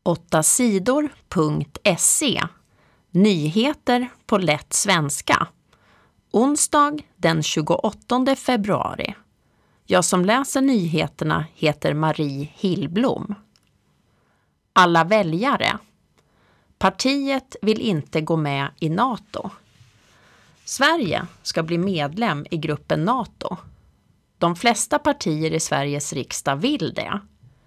8sidor.se. Nyheter på lätt svenska. Onsdag den 28 februari. Jag som läser nyheterna heter Marie Hillblom. Alla väljare. Partiet vill inte gå med i NATO. Sverige ska bli medlem i gruppen NATO. De flesta partier i Sveriges riksdag vill det.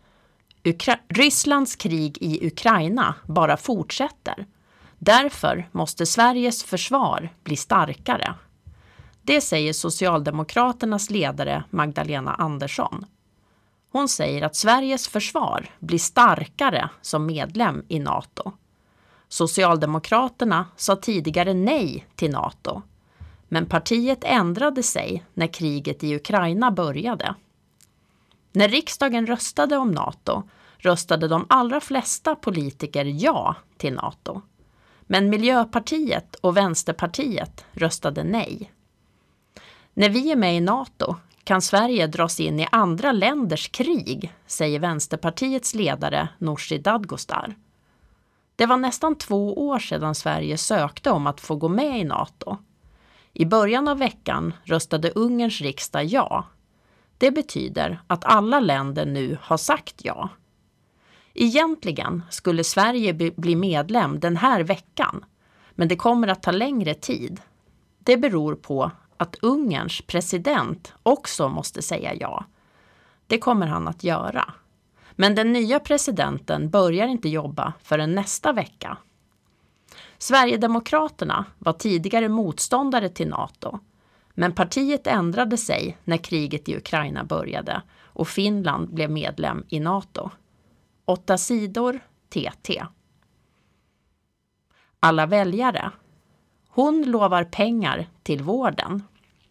Rysslands krig i Ukraina bara fortsätter. Därför måste Sveriges försvar bli starkare. Det säger Socialdemokraternas ledare Magdalena Andersson. Hon säger att Sveriges försvar blir starkare som medlem i NATO. Socialdemokraterna sa tidigare nej till NATO. Men partiet ändrade sig när kriget i Ukraina började. När riksdagen röstade om NATO röstade de allra flesta politiker ja till NATO. Men Miljöpartiet och Vänsterpartiet röstade nej. När vi är med i NATO kan Sverige dras in i andra länders krig, säger Vänsterpartiets ledare Nooshi Dadgostar. Det var nästan 2 år sedan Sverige sökte om att få gå med i NATO. I början av veckan röstade Ungerns riksdag ja. Det betyder att alla länder nu har sagt ja. Egentligen skulle Sverige bli medlem den här veckan, men det kommer att ta längre tid. Det beror på att Ungerns president också måste säga ja. Det kommer han att göra. Men den nya presidenten börjar inte jobba förrän nästa vecka. Sverigedemokraterna var tidigare motståndare till NATO, men partiet ändrade sig när kriget i Ukraina började och Finland blev medlem i NATO. 8 sidor TT. Alla väljare. Hon lovar pengar till vården.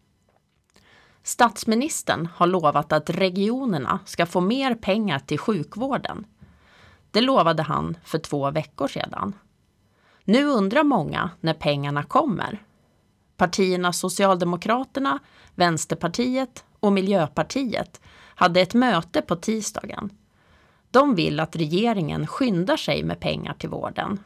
Statsministern har lovat att regionerna ska få mer pengar till sjukvården. Det lovade han för 2 veckor sedan. Nu undrar många när pengarna kommer. Partierna Socialdemokraterna, Vänsterpartiet och Miljöpartiet hade ett möte på tisdagen. De vill att regeringen skyndar sig med pengar till vården.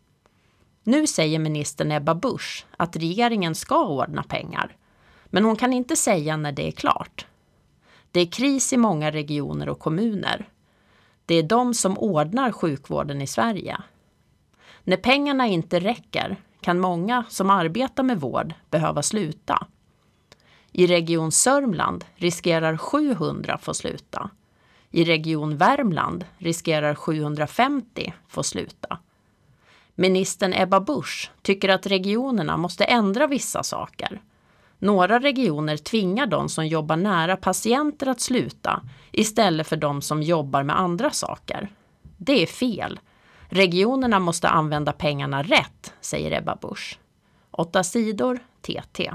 Nu säger ministern Ebba Busch att regeringen ska ordna pengar. Men hon kan inte säga när det är klart. Det är kris i många regioner och kommuner. Det är de som ordnar sjukvården i Sverige. När pengarna inte räcker kan många som arbetar med vård behöva sluta. I region Sörmland riskerar 700 få sluta. I region Värmland riskerar 750 få sluta. Ministern Ebba Busch tycker att regionerna måste ändra vissa saker. Några regioner tvingar de som jobbar nära patienter att sluta istället för de som jobbar med andra saker. Det är fel. Regionerna måste använda pengarna rätt, säger Ebba Busch. 8 sidor TT.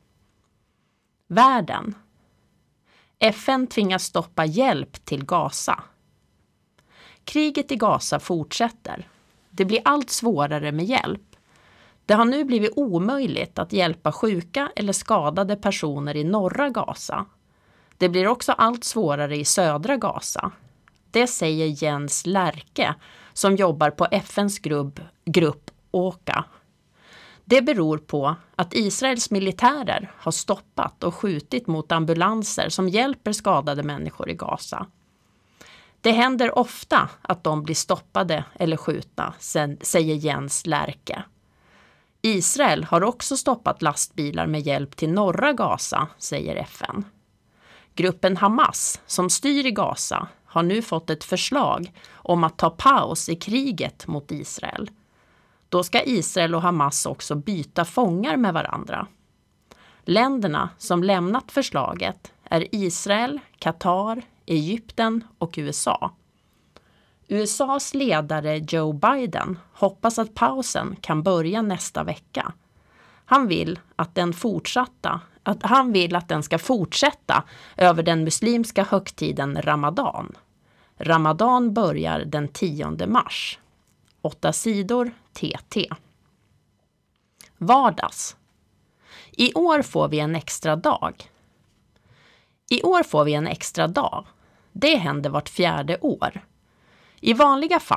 Världen. FN tvingas stoppa hjälp till Gaza. Kriget i Gaza fortsätter. Det blir allt svårare med hjälp. Det har nu blivit omöjligt att hjälpa sjuka eller skadade personer i norra Gaza. Det blir också allt svårare i södra Gaza. Det säger Jens Lärke som jobbar på FNs grupp OCHA. Det beror på att Israels militärer har stoppat och skjutit mot ambulanser som hjälper skadade människor i Gaza. Det händer ofta att de blir stoppade eller skjutna, säger Jens Lärke. Israel har också stoppat lastbilar med hjälp till norra Gaza, säger FN. Gruppen Hamas, som styr i Gaza, har nu fått ett förslag om att ta paus i kriget mot Israel. Då ska Israel och Hamas också byta fångar med varandra. Länderna som lämnat förslaget är Israel, Qatar, Egypten och USA. USAs ledare Joe Biden hoppas att pausen kan börja nästa vecka. Han vill att den ska fortsätta över den muslimska högtiden Ramadan. Ramadan börjar den 10 mars. 8 sidor TT. Vardags. I år får vi en extra dag. Det händer vart 4:e år. I vanliga fall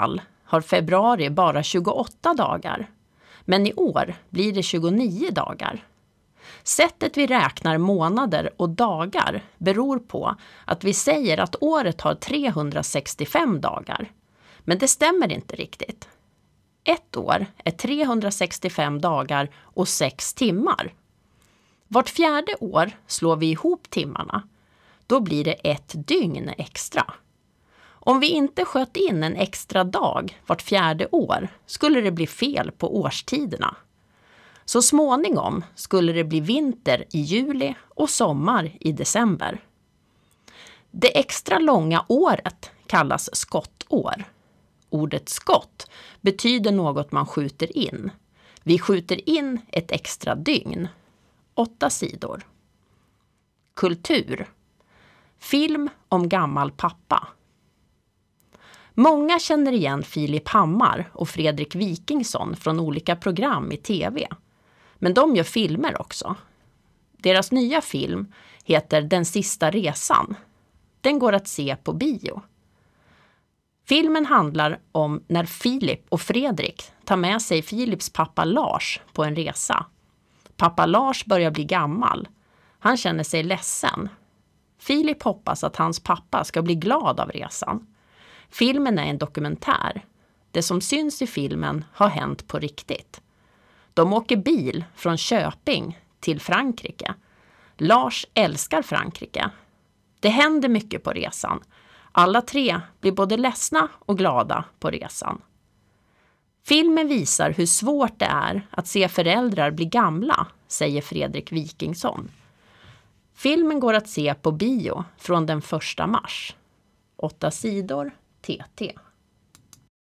har februari bara 28 dagar. Men i år blir det 29 dagar. Sättet vi räknar månader och dagar beror på att vi säger att året har 365 dagar. Men det stämmer inte riktigt. Ett år är 365 dagar och 6 timmar. Vart fjärde år slår vi ihop timmarna. Då blir det ett dygn extra. Om vi inte sköt in en extra dag vart fjärde år skulle det bli fel på årstiderna. Så småningom skulle det bli vinter i juli och sommar i december. Det extra långa året kallas skottår. Ordet skott betyder något man skjuter in. Vi skjuter in ett extra dygn. 8 sidor. Kultur. Film om gammal pappa. Många känner igen Filip Hammar och Fredrik Wikingsson från olika program i tv. Men de gör filmer också. Deras nya film heter Den sista resan. Den går att se på bio. Filmen handlar om när Filip och Fredrik tar med sig Filips pappa Lars på en resa. Pappa Lars börjar bli gammal. Han känner sig ledsen. Filip hoppas att hans pappa ska bli glad av resan. Filmen är en dokumentär. Det som syns i filmen har hänt på riktigt. De åker bil från Köping till Frankrike. Lars älskar Frankrike. Det händer mycket på resan. Alla 3 blir både ledsna och glada på resan. Filmen visar hur svårt det är att se föräldrar bli gamla, säger Fredrik Wikingsson. Filmen går att se på bio från den 1 mars. 8 sidor TT.